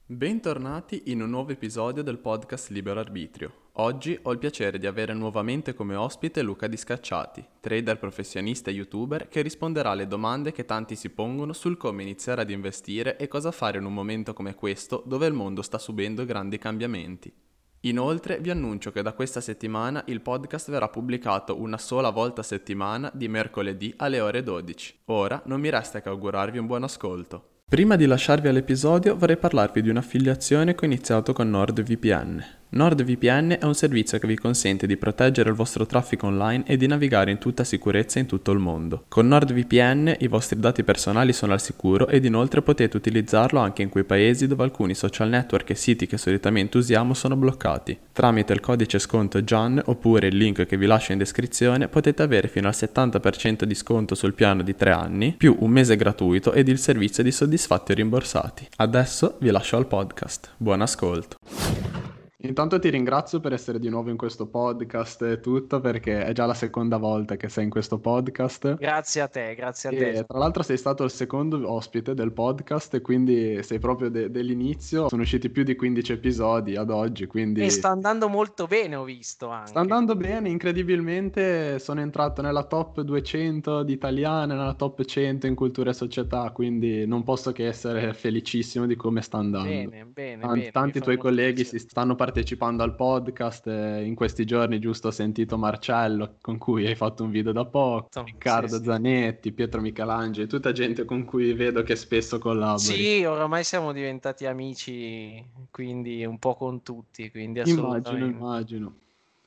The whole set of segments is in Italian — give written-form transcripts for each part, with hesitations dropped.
Bentornati in un nuovo episodio del podcast Libero Arbitrio. Oggi ho il piacere di avere nuovamente come ospite Luca Di Scacciati, trader professionista e youtuber che risponderà alle domande che tanti si pongono sul come iniziare ad investire e cosa fare in un momento come questo dove il mondo sta subendo grandi cambiamenti. Inoltre vi annuncio che da questa settimana il podcast verrà pubblicato una sola volta a settimana di mercoledì alle ore 12. Ora non mi resta che augurarvi un buon ascolto. Prima di lasciarvi all'episodio vorrei parlarvi di un'affiliazione che ho iniziato con NordVPN. NordVPN è un servizio che vi consente di proteggere il vostro traffico online e di navigare in tutta sicurezza in tutto il mondo. Con NordVPN i vostri dati personali sono al sicuro ed inoltre potete utilizzarlo anche in quei paesi dove alcuni social network e siti che solitamente usiamo sono bloccati. Tramite il codice sconto JAN oppure il link che vi lascio in descrizione potete avere fino al 70% di sconto sul piano di 3 anni, più un mese gratuito ed il servizio di soddisfatti o rimborsati. Adesso vi lascio al podcast. Buon ascolto. Intanto ti ringrazio per essere di nuovo in questo podcast e tutto, perché è già la seconda volta che sei in questo podcast. Grazie a te, grazie a te. E tra l'altro sei stato il secondo ospite del podcast e quindi sei proprio dell'inizio. Sono usciti più di 15 episodi ad oggi, E quindi sta andando molto bene, ho visto sta anche. andando bene. Incredibilmente sono entrato nella top 200 di italiane, nella top 100 in cultura e società, quindi non posso che essere felicissimo di come sta andando. Bene, bene, Tanti, bene, mi tanti fa tuoi molto colleghi piacere. si stanno partecipando al podcast. In questi giorni giusto ho sentito Marcello, con cui hai fatto un video da poco, Sì, Riccardo sì. Zanetti, Pietro Michelangeli, tutta gente con cui vedo che spesso collabori. Sì, oramai siamo diventati amici, quindi un po' con tutti, quindi Immagino, assolutamente. immagino.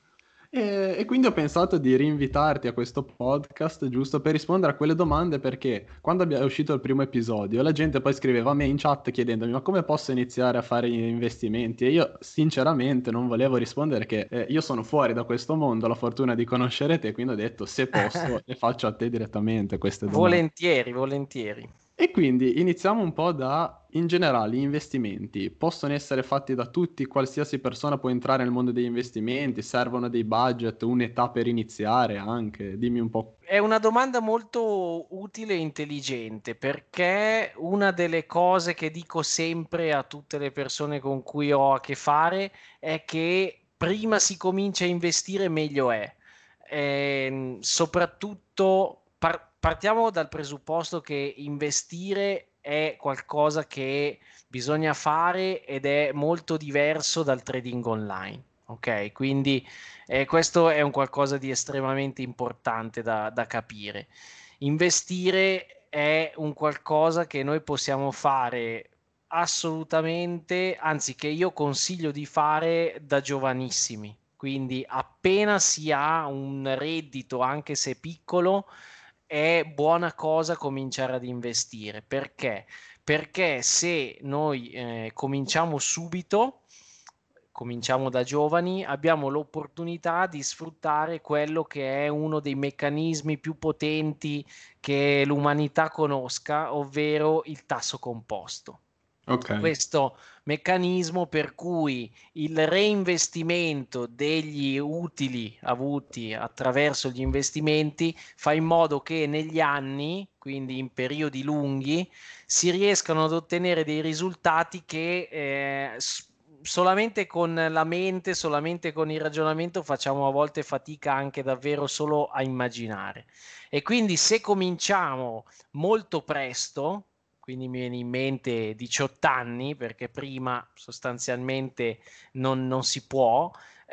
E quindi ho pensato di rinvitarti a questo podcast giusto per rispondere a quelle domande, perché quando è uscito il primo episodio la gente poi scriveva a me in chat chiedendomi ma come posso iniziare a fare investimenti, e io sinceramente non volevo rispondere che io sono fuori da questo mondo, ho la fortuna di conoscere te, quindi ho detto se posso le faccio a te direttamente queste domande. Volentieri, volentieri. E quindi iniziamo un po' da, in generale, gli investimenti possono essere fatti da tutti, qualsiasi persona può entrare nel mondo degli investimenti, servono dei budget, un'età per iniziare anche, dimmi un po'. È una domanda molto utile e intelligente, perché una delle cose che dico sempre a tutte le persone con cui ho a che fare è che prima si comincia a investire meglio è. Soprattutto partiamo dal presupposto che investire è qualcosa che bisogna fare ed è molto diverso dal trading online. Ok, quindi questo è un qualcosa di estremamente importante da capire. Investire è un qualcosa che noi possiamo fare assolutamente, anzi che io consiglio di fare da giovanissimi. Quindi appena si ha un reddito, anche se piccolo, è buona cosa cominciare ad investire. Perché? Perché se noi cominciamo subito, cominciamo da giovani, abbiamo l'opportunità di sfruttare quello che è uno dei meccanismi più potenti che l'umanità conosca, ovvero il tasso composto. Ok, Questo meccanismo per cui il reinvestimento degli utili avuti attraverso gli investimenti fa in modo che negli anni, quindi in periodi lunghi, si riescano ad ottenere dei risultati che solamente con la mente, solamente con il ragionamento facciamo a volte fatica anche davvero solo a immaginare. E quindi se cominciamo molto presto, quindi mi viene in mente 18 anni, perché prima sostanzialmente non si può,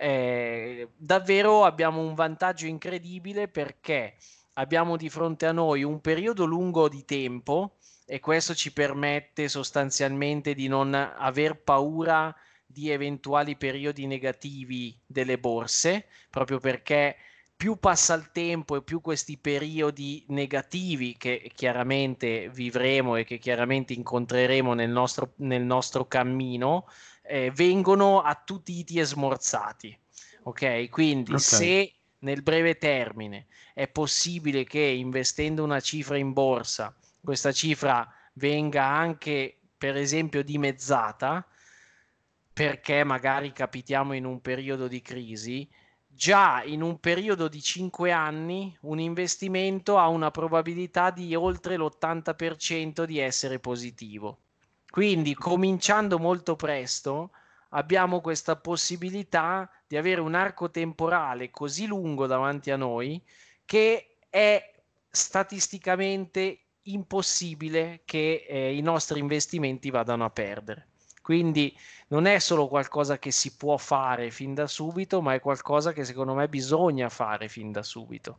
davvero abbiamo un vantaggio incredibile perché abbiamo di fronte a noi un periodo lungo di tempo e questo ci permette sostanzialmente di non aver paura di eventuali periodi negativi delle borse, proprio perché più passa il tempo e più questi periodi negativi che chiaramente vivremo e che chiaramente incontreremo nel nostro cammino, vengono attutiti e smorzati. Ok? Quindi ok, se nel breve termine è possibile che investendo una cifra in borsa, questa cifra venga anche, per esempio, dimezzata, perché magari capitiamo in un periodo di crisi, già in un periodo di 5 anni un investimento ha una probabilità di oltre l'80% di essere positivo. Quindi, cominciando molto presto, abbiamo questa possibilità di avere un arco temporale così lungo davanti a noi che è statisticamente impossibile che i nostri investimenti vadano a perdere. Quindi non è solo qualcosa che si può fare fin da subito, ma è qualcosa che secondo me bisogna fare fin da subito.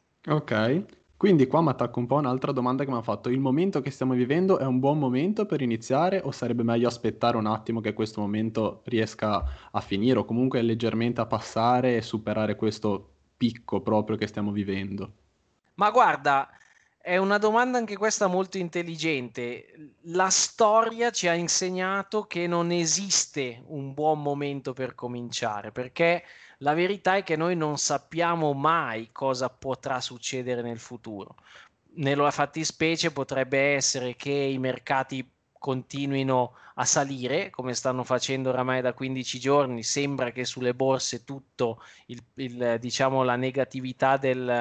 Ok, quindi qua mi attacco un po' a un'altra domanda che mi ha fatto. Il momento che stiamo vivendo è un buon momento per iniziare o sarebbe meglio aspettare un attimo che questo momento riesca a finire o comunque leggermente a passare e superare questo picco proprio che stiamo vivendo? Ma guarda, è una domanda anche questa molto intelligente. La storia ci ha insegnato che non esiste un buon momento per cominciare, perché la verità è che noi non sappiamo mai cosa potrà succedere nel futuro. Nella fattispecie potrebbe essere che i mercati continuino a salire, come stanno facendo oramai da 15 giorni. Sembra che sulle borse tutto diciamo, la negatività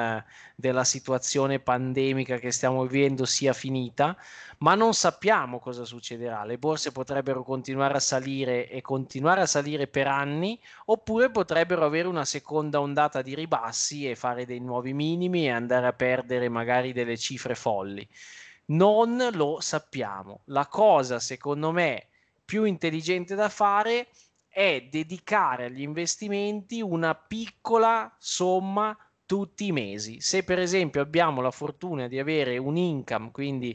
della situazione pandemica che stiamo vivendo sia finita, ma non sappiamo cosa succederà. Le borse potrebbero continuare a salire e continuare a salire per anni, oppure potrebbero avere una seconda ondata di ribassi e fare dei nuovi minimi e andare a perdere magari delle cifre folli. Non lo sappiamo. La cosa, secondo me, più intelligente da fare è dedicare agli investimenti una piccola somma tutti i mesi. Se per esempio abbiamo la fortuna di avere un income, quindi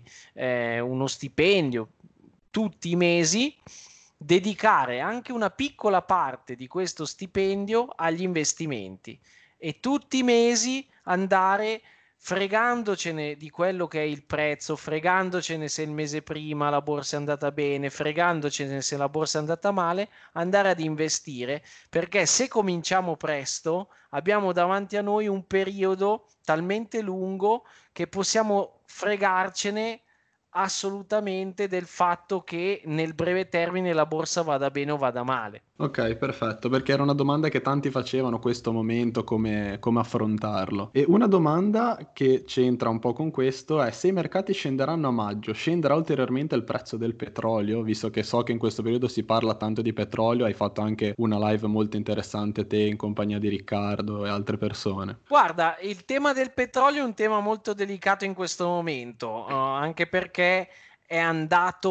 uno stipendio tutti i mesi, dedicare anche una piccola parte di questo stipendio agli investimenti e tutti i mesi andare fregandocene di quello che è il prezzo, fregandocene se il mese prima la borsa è andata bene, fregandocene se la borsa è andata male, andare ad investire, perché se cominciamo presto abbiamo davanti a noi un periodo talmente lungo che possiamo fregarcene assolutamente del fatto che nel breve termine la borsa vada bene o vada male. Ok, perfetto, perché era una domanda che tanti facevano questo momento, come affrontarlo. E una domanda che c'entra un po' con questo è se i mercati scenderanno a maggio, scenderà ulteriormente il prezzo del petrolio, visto che so che in questo periodo si parla tanto di petrolio, hai fatto anche una live molto interessante te in compagnia di Riccardo e altre persone. Guarda, il tema del petrolio è un tema molto delicato in questo momento, anche perché è andato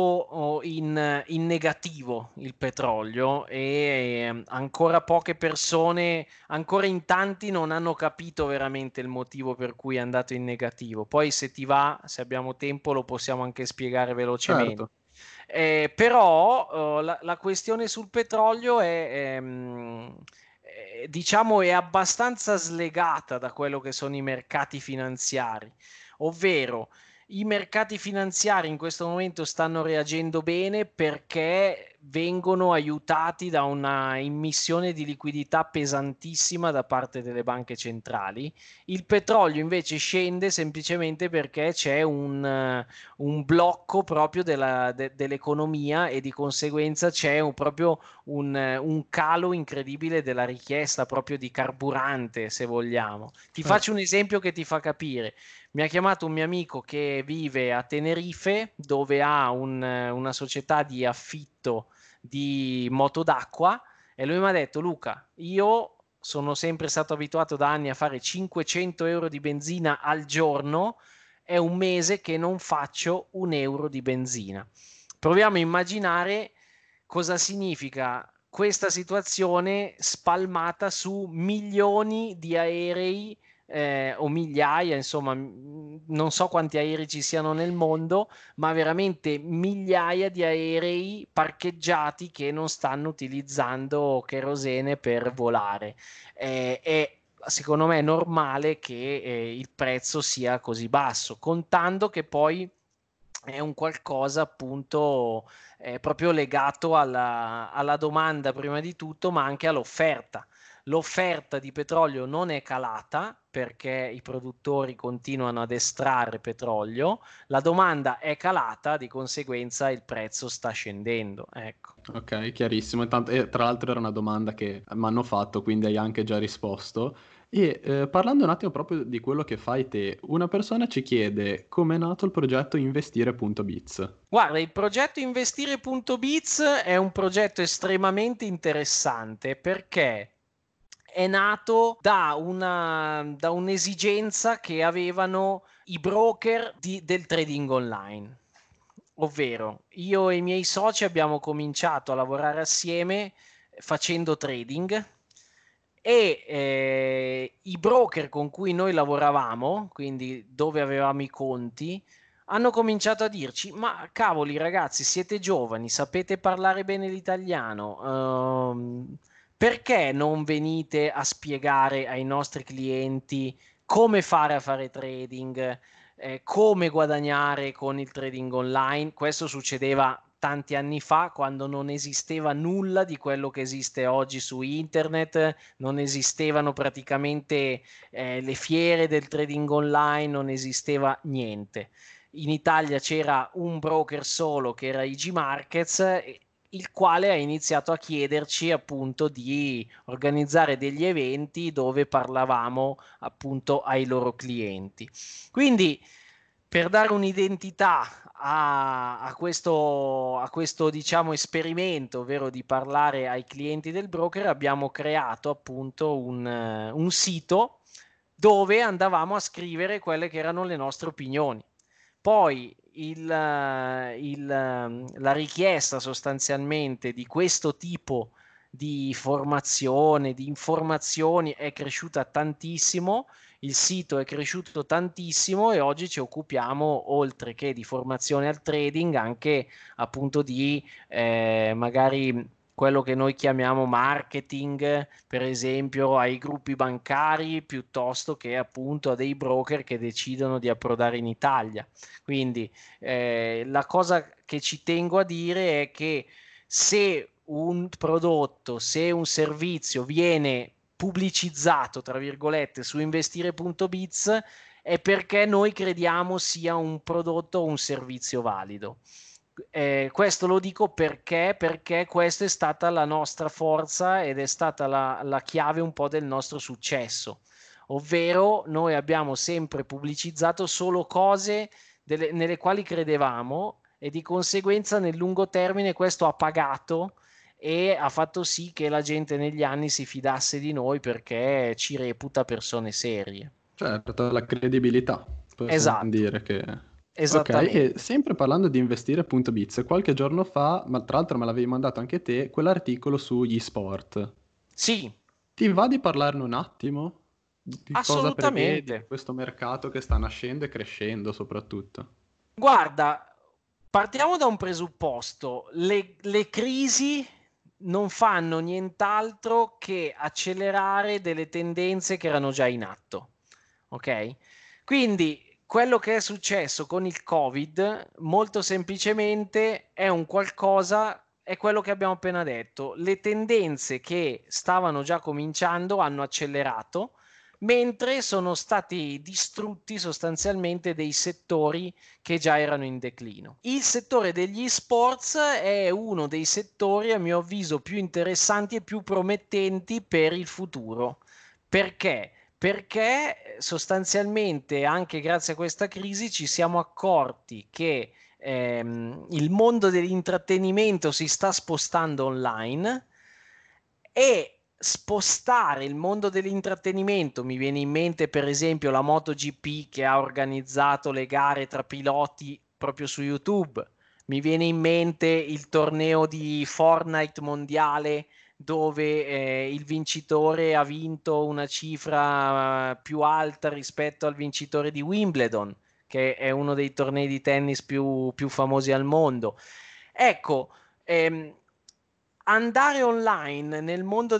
in negativo il petrolio e ancora poche persone, ancora in tanti non hanno capito veramente il motivo per cui è andato in negativo. Poi se ti va, se abbiamo tempo, lo possiamo anche spiegare velocemente. Certo. Però la questione sul petrolio diciamo, è abbastanza slegata da quello che sono i mercati finanziari, ovvero i mercati finanziari in questo momento stanno reagendo bene perché vengono aiutati da una immissione di liquidità pesantissima da parte delle banche centrali. Il petrolio invece scende semplicemente perché c'è un blocco proprio dell'economia e di conseguenza c'è proprio un calo incredibile della richiesta proprio di carburante, se vogliamo. Ti faccio Certo. un esempio che ti fa capire. Mi ha chiamato un mio amico che vive a Tenerife, dove ha una società di affitto di moto d'acqua, e lui mi ha detto: Luca, io sono sempre stato abituato da anni a fare 500 euro di benzina al giorno, è un mese che non faccio un euro di benzina. Proviamo a immaginare cosa significa questa situazione spalmata su milioni di aerei o migliaia, insomma, non so quanti aerei ci siano nel mondo, ma veramente migliaia di aerei parcheggiati che non stanno utilizzando kerosene per volare. È secondo me normale che il prezzo sia così basso, contando che poi è un qualcosa appunto proprio legato alla domanda prima di tutto, ma anche all'offerta. L'offerta di petrolio non è calata perché i produttori continuano ad estrarre petrolio, la domanda è calata, di conseguenza il prezzo sta scendendo. Ecco. Ok, chiarissimo. E tra l'altro era una domanda che mi hanno fatto, quindi hai anche già risposto. E parlando un attimo proprio di quello che fai te, una persona ci chiede come è nato il progetto Investire.biz. Guarda, il progetto Investire.biz è un progetto estremamente interessante perché è nato da un'esigenza che avevano i broker del trading online. Ovvero, io e i miei soci abbiamo cominciato a lavorare assieme facendo trading e i broker con cui noi lavoravamo, quindi dove avevamo i conti, hanno cominciato a dirci: Ma cavoli, ragazzi, siete giovani, sapete parlare bene l'italiano, perché non venite a spiegare ai nostri clienti come fare a fare trading, come guadagnare con il trading online? Questo succedeva tanti anni fa, quando non esisteva nulla di quello che esiste oggi su internet, non esistevano praticamente le fiere del trading online, non esisteva niente. In Italia c'era un broker solo che era IG Markets, il quale ha iniziato a chiederci appunto di organizzare degli eventi dove parlavamo appunto ai loro clienti. Quindi per dare un'identità a questo diciamo esperimento, ovvero di parlare ai clienti del broker, abbiamo creato appunto un sito dove andavamo a scrivere quelle che erano le nostre opinioni. Poi la richiesta sostanzialmente di questo tipo di formazione, di informazioni è cresciuta tantissimo, il sito è cresciuto tantissimo e oggi ci occupiamo, oltre che di formazione al trading, anche appunto di magari quello che noi chiamiamo marketing, per esempio ai gruppi bancari, piuttosto che appunto a dei broker che decidono di approdare in Italia. Quindi la cosa che ci tengo a dire è che se un prodotto, se un servizio viene pubblicizzato, tra virgolette, su investire.biz è perché noi crediamo sia un prodotto o un servizio valido. Questo lo dico perché questa è stata la nostra forza ed è stata la chiave un po' del nostro successo, ovvero noi abbiamo sempre pubblicizzato solo cose nelle quali credevamo e di conseguenza nel lungo termine questo ha pagato e ha fatto sì che la gente negli anni si fidasse di noi perché ci reputa persone serie. Certo, la credibilità, possiamo Esatto, dire che... Ok, e esattamente. sempre parlando di investire.biz, qualche giorno fa, ma tra l'altro me l'avevi mandato anche te, quell'articolo sugli sport. Sì, Ti va di parlarne un attimo? Di cosa prevedi di assolutamente. questo mercato che sta nascendo e crescendo soprattutto? Guarda, partiamo da un presupposto. Le crisi non fanno nient'altro che accelerare delle tendenze che erano già in atto. Ok? Quindi quello che è successo con il Covid, molto semplicemente, è un qualcosa, è quello che abbiamo appena detto. Le tendenze che stavano già cominciando hanno accelerato, mentre sono stati distrutti sostanzialmente dei settori che già erano in declino. Il settore degli sports è uno dei settori, a mio avviso, più interessanti e più promettenti per il futuro. Perché? Perché sostanzialmente anche grazie a questa crisi ci siamo accorti che il mondo dell'intrattenimento si sta spostando online e spostare il mondo dell'intrattenimento, mi viene in mente per esempio la MotoGP che ha organizzato le gare tra piloti proprio su YouTube, mi viene in mente il torneo di Fortnite mondiale dove il vincitore ha vinto una cifra più alta rispetto al vincitore di Wimbledon, che è uno dei tornei di tennis più famosi al mondo. Ecco, ehm, andare online nel mondo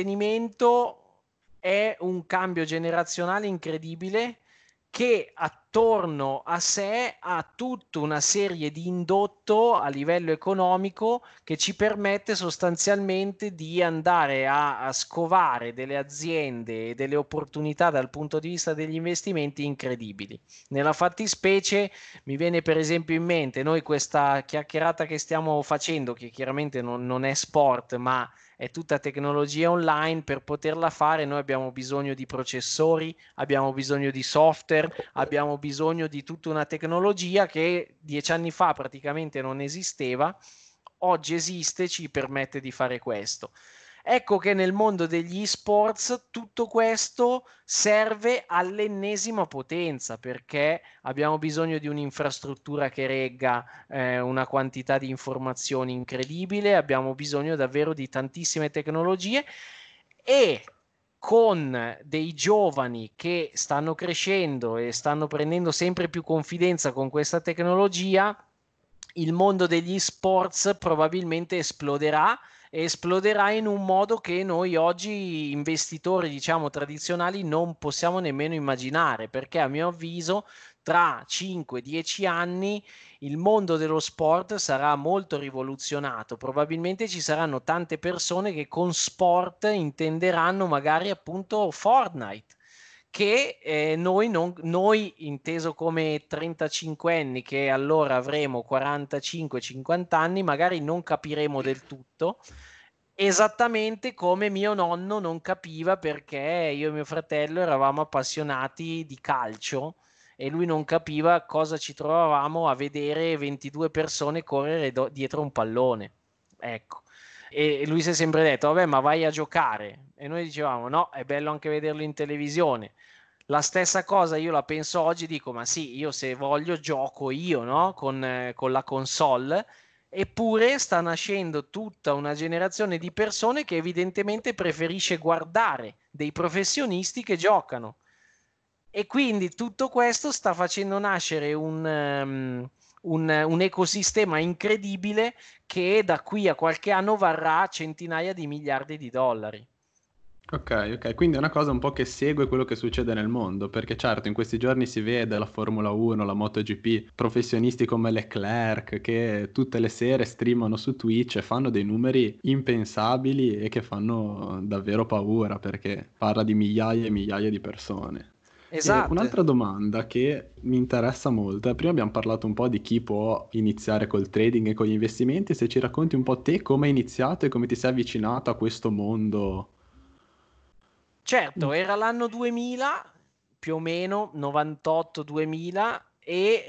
dell'intrattenimento è un cambio generazionale incredibile che attorno a sé ha tutta una serie di indotto a livello economico che ci permette sostanzialmente di andare a scovare delle aziende e delle opportunità dal punto di vista degli investimenti incredibili. Nella fattispecie mi viene per esempio in mente noi questa chiacchierata che stiamo facendo, che chiaramente non è sport, ma è tutta tecnologia online. Per poterla fare noi abbiamo bisogno di processori, abbiamo bisogno di software, abbiamo bisogno di tutta una tecnologia che 10 anni fa praticamente non esisteva, oggi esiste e ci permette di fare questo. Ecco che nel mondo degli esports tutto questo serve all'ennesima potenza, perché abbiamo bisogno di un'infrastruttura che regga una quantità di informazioni incredibile, abbiamo bisogno davvero di tantissime tecnologie e con dei giovani che stanno crescendo e stanno prendendo sempre più confidenza con questa tecnologia, il mondo degli sports probabilmente esploderà e esploderà in un modo che noi oggi investitori, diciamo, tradizionali non possiamo nemmeno immaginare, perché a mio avviso tra 5-10 anni il mondo dello sport sarà molto rivoluzionato. Probabilmente ci saranno tante persone che con sport intenderanno magari appunto Fortnite, che noi inteso come 35 anni, che allora avremo 45-50 anni, magari non capiremo del tutto, esattamente come mio nonno non capiva perché io e mio fratello eravamo appassionati di calcio e lui non capiva cosa ci trovavamo a vedere 22 persone correre dietro un pallone. Ecco. E lui si è sempre detto, vabbè, ma vai a giocare. E noi dicevamo, no, è bello anche vederlo in televisione. La stessa cosa io la penso oggi, dico, ma sì, io se voglio gioco io, no? Con la console. Eppure sta nascendo tutta una generazione di persone che evidentemente preferisce guardare dei professionisti che giocano. E quindi tutto questo sta facendo nascere un ecosistema incredibile che da qui a qualche anno varrà centinaia di miliardi di dollari. Ok, quindi è una cosa un po' che segue quello che succede nel mondo, perché certo in questi giorni si vede la Formula 1, la MotoGP, professionisti come Leclerc che tutte le sere streamano su Twitch e fanno dei numeri impensabili e che fanno davvero paura, perché parla di migliaia e migliaia di persone. E Esatto. un'altra domanda che mi interessa molto, prima abbiamo parlato un po' di chi può iniziare col trading e con gli investimenti, se ci racconti un po' te come hai iniziato e come ti sei avvicinato a questo mondo. Certo, era l'anno 2000, più o meno 98-2000 e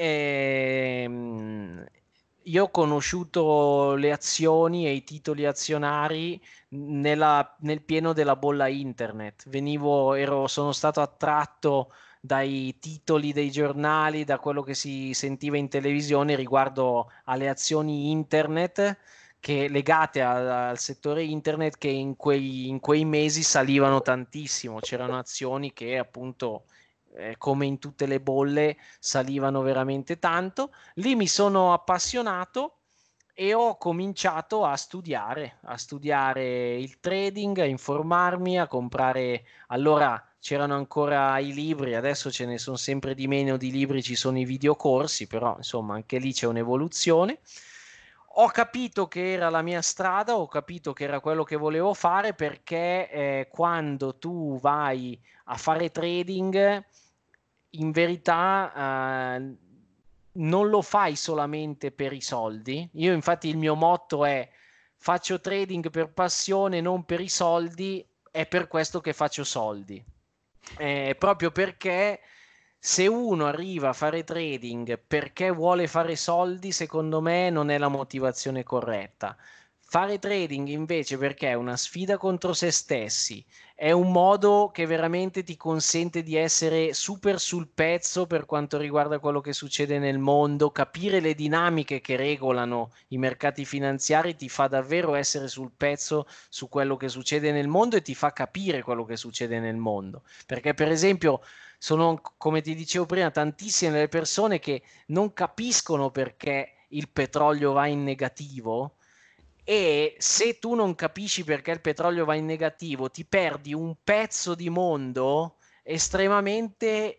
io ho conosciuto le azioni e i titoli azionari nel pieno della bolla internet. Sono stato attratto dai titoli dei giornali, da quello che si sentiva in televisione riguardo alle azioni internet che legate al settore internet, che in quei mesi salivano tantissimo. C'erano azioni che appunto, come in tutte le bolle, salivano veramente tanto. Lì mi sono appassionato e ho cominciato a studiare il trading, a informarmi, a comprare. Allora c'erano ancora i libri, adesso ce ne sono sempre di meno di libri, ci sono i videocorsi, però insomma anche lì c'è un'evoluzione. Ho capito che era la mia strada, ho capito che era quello che volevo fare, perché quando tu vai a fare trading, in verità non lo fai solamente per i soldi. Io infatti il mio motto è: faccio trading per passione, non per i soldi, è per questo che faccio soldi. Proprio perché se uno arriva a fare trading perché vuole fare soldi, secondo me non è la motivazione corretta. Fare trading invece perché è una sfida contro se stessi, è un modo che veramente ti consente di essere super sul pezzo per quanto riguarda quello che succede nel mondo, capire le dinamiche che regolano i mercati finanziari ti fa davvero essere sul pezzo su quello che succede nel mondo e ti fa capire quello che succede nel mondo. Perché per esempio sono, come ti dicevo prima, tantissime le persone che non capiscono perché il petrolio va in negativo, e se tu non capisci perché il petrolio va in negativo, ti perdi un pezzo di mondo estremamente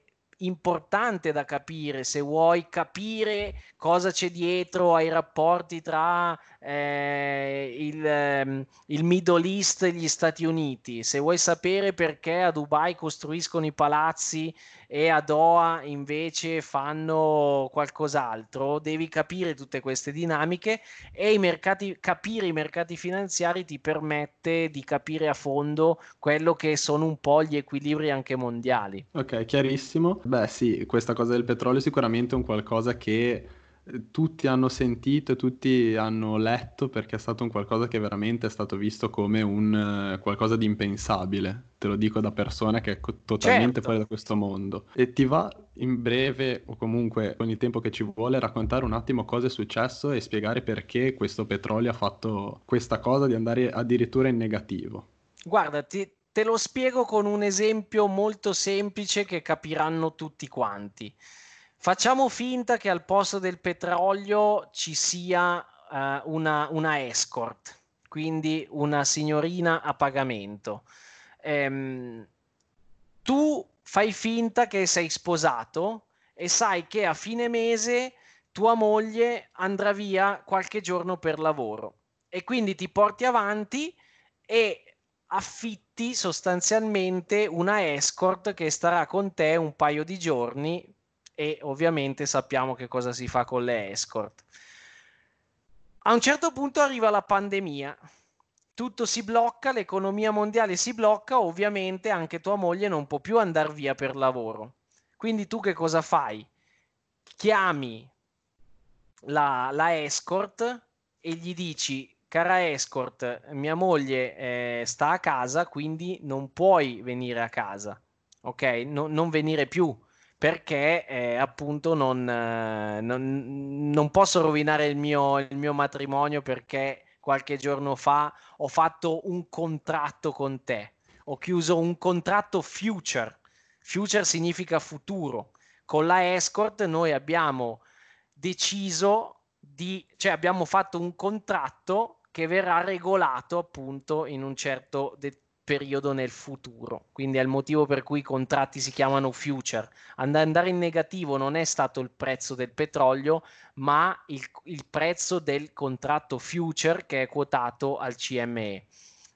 importante da capire se vuoi capire cosa c'è dietro ai rapporti tra il Middle East e gli Stati Uniti, se vuoi sapere perché a Dubai costruiscono i palazzi e a Doha invece fanno qualcos'altro, devi capire tutte queste dinamiche e capire i mercati finanziari ti permette di capire a fondo quello che sono un po' gli equilibri anche mondiali. Ok, chiarissimo. Beh, sì, questa cosa del petrolio è sicuramente un qualcosa che tutti hanno sentito e tutti hanno letto perché è stato un qualcosa che veramente è stato visto come un qualcosa di impensabile. Te lo dico da persona che è totalmente Certo. fuori da questo mondo. E ti va in breve o comunque con il tempo che ci vuole raccontare un attimo cosa è successo e spiegare perché questo petrolio ha fatto questa cosa di andare addirittura in negativo? Guarda, te lo spiego con un esempio molto semplice che capiranno tutti quanti. Facciamo finta che al posto del petrolio ci sia una escort, quindi una signorina a pagamento. Ehm, Tu fai finta che sei sposato e sai che a fine mese tua moglie andrà via qualche giorno per lavoro e quindi ti porti avanti e affitti sostanzialmente una escort che starà con te un paio di giorni e ovviamente sappiamo che cosa si fa con le escort. A un certo punto arriva la pandemia, tutto si blocca, l'economia mondiale si blocca, ovviamente anche tua moglie non può più andare via per lavoro. Quindi tu che cosa fai? Chiami la escort e gli dici, cara escort, mia moglie sta a casa, quindi non puoi venire a casa, ok? Non venire più, perché appunto non posso rovinare il mio matrimonio perché qualche giorno fa ho fatto un contratto con te, ho chiuso un contratto future. Future significa futuro. Con la escort noi abbiamo deciso cioè abbiamo fatto un contratto che verrà regolato appunto in un certo periodo nel futuro. Quindi è il motivo per cui i contratti si chiamano future. Andare in negativo non è stato il prezzo del petrolio, ma il prezzo del contratto future che è quotato al CME.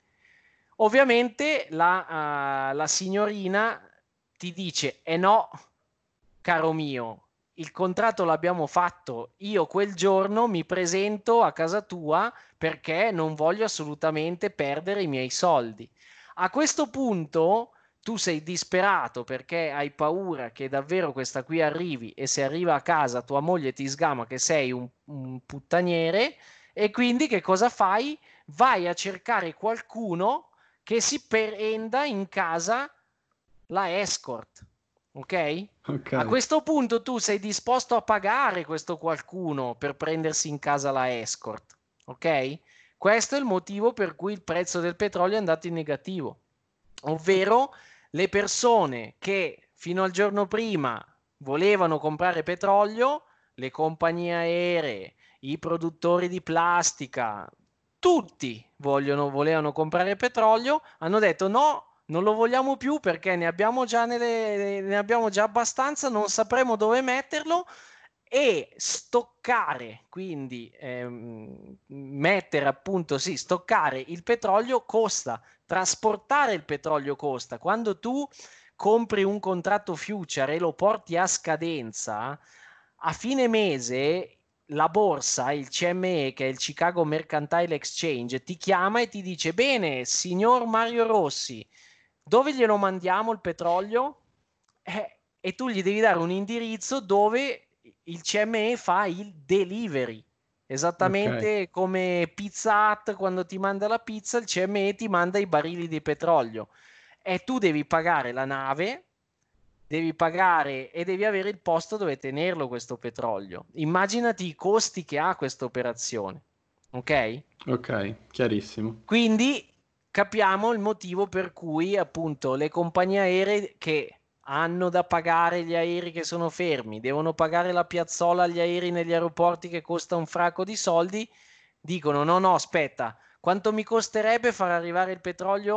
Ovviamente la signorina ti dice: eh no, caro mio, il contratto l'abbiamo fatto, io quel giorno mi presento a casa tua perché non voglio assolutamente perdere i miei soldi. A questo punto tu sei disperato perché hai paura che davvero questa qui arrivi e se arriva a casa tua moglie ti sgama che sei un puttaniere e quindi che cosa fai? Vai a cercare qualcuno che si prenda in casa la escort, ok? Ok, A questo punto tu sei disposto a pagare questo qualcuno per prendersi in casa la escort, ok? Questo è il motivo per cui il prezzo del petrolio è andato in negativo, ovvero le persone che fino al giorno prima volevano comprare petrolio, le compagnie aeree, i produttori di plastica, tutti volevano comprare petrolio, hanno detto no, non lo vogliamo più perché ne abbiamo già abbastanza, non sapremo dove metterlo e stoccare, quindi mettere appunto, sì, stoccare il petrolio costa, trasportare il petrolio costa. Quando tu compri un contratto future e lo porti a scadenza, a fine mese la borsa, il CME, che è il Chicago Mercantile Exchange, ti chiama e ti dice: Bene, signor Mario Rossi, dove glielo mandiamo il petrolio? E tu gli devi dare un indirizzo dove il CME fa il delivery. ok, Esattamente come Pizza Hut quando ti manda la pizza, il CME ti manda i barili di petrolio e tu devi pagare la nave, devi pagare e devi avere il posto dove tenerlo questo petrolio. Immaginati i costi che ha questa operazione, ok? ok, chiarissimo. Quindi capiamo il motivo per cui appunto le compagnie aeree che hanno da pagare gli aerei che sono fermi, devono pagare la piazzola agli aerei negli aeroporti che costa un fracco di soldi, dicono no, no, aspetta, quanto mi costerebbe far arrivare il petrolio?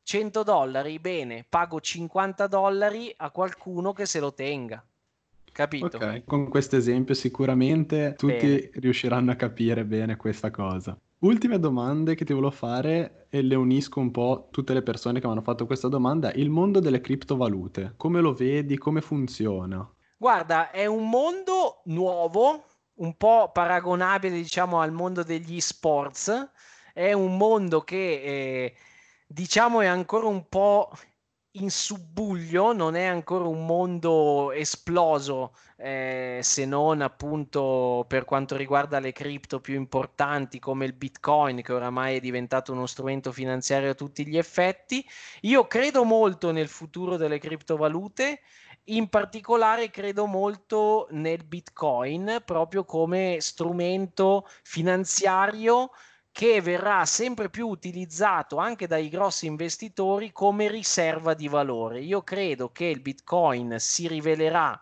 $100, bene, pago $50 a qualcuno che se lo tenga, capito? Ok, con questo esempio sicuramente Bene. tutti riusciranno a capire bene questa cosa. Ultime domande che ti volevo fare e le unisco un po' tutte le persone che mi hanno fatto questa domanda. Il mondo delle criptovalute, come lo vedi, come funziona? Guarda, è un mondo nuovo, un po' paragonabile, diciamo, al mondo degli sports. È un mondo che, diciamo, è ancora un po' in subbuglio, non è ancora un mondo esploso, se non appunto per quanto riguarda le cripto più importanti come il Bitcoin, che oramai è diventato uno strumento finanziario a tutti gli effetti. Io credo molto nel futuro delle criptovalute. In particolare credo molto nel Bitcoin proprio come strumento finanziario che verrà sempre più utilizzato anche dai grossi investitori come riserva di valore. Io credo che il Bitcoin si rivelerà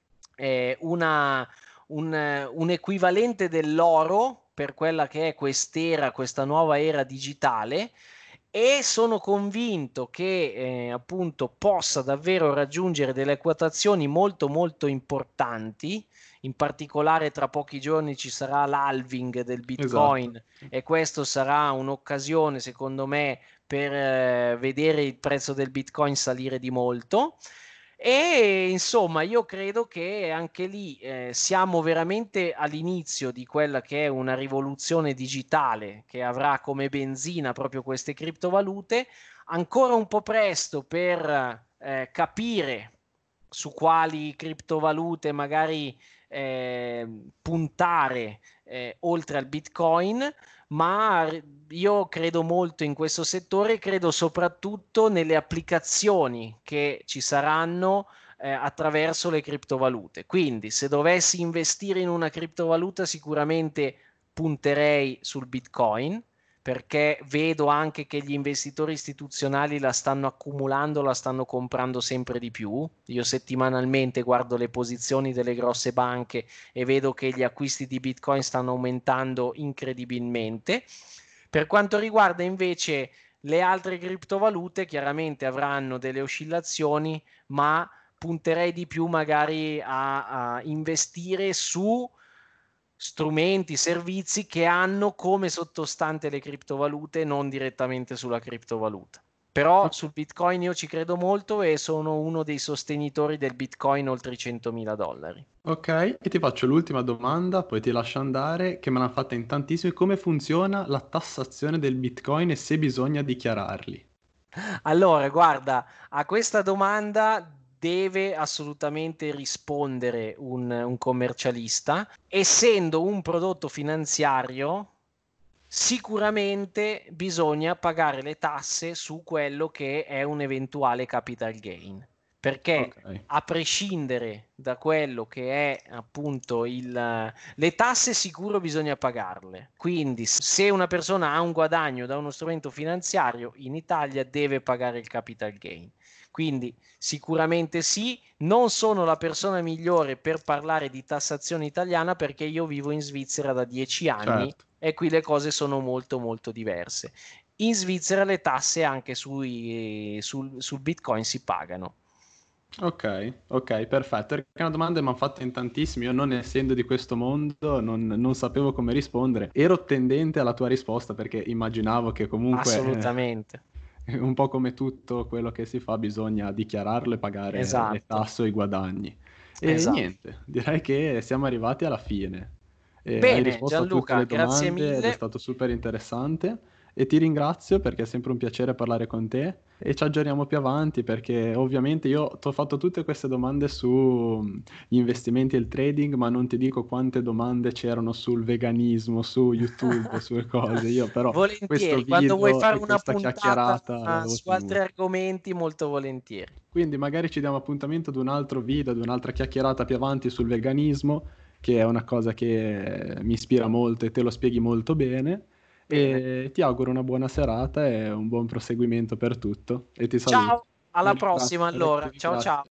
un equivalente dell'oro per quella che è quest'era, questa nuova era digitale, e sono convinto che appunto possa davvero raggiungere delle quotazioni molto molto importanti. In particolare tra pochi giorni ci sarà l'halving del Esatto. Bitcoin e questo sarà un'occasione secondo me per vedere il prezzo del Bitcoin salire di molto. E insomma, io credo che anche lì siamo veramente all'inizio di quella che è una rivoluzione digitale che avrà come benzina proprio queste criptovalute. Ancora un po' presto per capire su quali criptovalute magari puntare oltre al Bitcoin, ma io credo molto in questo settore, credo soprattutto nelle applicazioni che ci saranno attraverso le criptovalute. Quindi, se dovessi investire in una criptovaluta, sicuramente punterei sul Bitcoin perché vedo anche che gli investitori istituzionali la stanno accumulando, la stanno comprando sempre di più. Io settimanalmente guardo le posizioni delle grosse banche e vedo che gli acquisti di Bitcoin stanno aumentando incredibilmente. Per quanto riguarda invece le altre criptovalute, chiaramente avranno delle oscillazioni, ma punterei di più magari a investire su strumenti, servizi che hanno come sottostante le criptovalute, non direttamente sulla criptovaluta. Però sul Bitcoin io ci credo molto e sono uno dei sostenitori del Bitcoin oltre i $100.000. Ok, e ti faccio l'ultima domanda, poi ti lascio andare, che me l'hanno fatta in tantissimi. Come funziona la tassazione del Bitcoin e se bisogna dichiararli? Allora, guarda, a questa domanda deve assolutamente rispondere un commercialista. Essendo un prodotto finanziario, sicuramente bisogna pagare le tasse su quello che è un eventuale capital gain, perché Ok, a prescindere da quello che è appunto le tasse sicuro bisogna pagarle. Quindi se una persona ha un guadagno da uno strumento finanziario in Italia deve pagare il capital gain. Quindi sicuramente sì, non sono la persona migliore per parlare di tassazione italiana perché io vivo in Svizzera da 10 anni certo. e qui le cose sono molto molto diverse. In Svizzera le tasse anche sul Bitcoin si pagano. Ok, ok, perfetto. Perché è una domanda che mi hanno fatto in tantissimi, io non essendo di questo mondo non sapevo come rispondere. Ero tendente alla tua risposta perché immaginavo che comunque, Assolutamente. un po' come tutto quello che si fa, bisogna dichiararlo e pagare le Esatto, tasse o i guadagni. E esatto. niente, direi che siamo arrivati alla fine. Hai Bene, risposto a tutte Gianluca, le grazie domande ed è mille. stato super interessante e ti ringrazio perché è sempre un piacere parlare con te e ci aggiorniamo più avanti perché ovviamente io ti ho fatto tutte queste domande sugli investimenti e il trading, ma non ti dico quante domande c'erano sul veganismo, su YouTube, sulle cose. Io però questo Volentieri, quando vuoi video fare e una questa puntata chiacchierata l'avevo su altri tenuta. argomenti, molto volentieri. Quindi magari ci diamo appuntamento ad un altro video, ad un'altra chiacchierata più avanti sul veganismo, che è una cosa che mi ispira molto e te lo spieghi molto bene. Bene. E ti auguro una buona serata e un buon proseguimento per tutto. E ti saluto. Ciao, alla prossima Ti allora. Ciao ringrazio. ciao.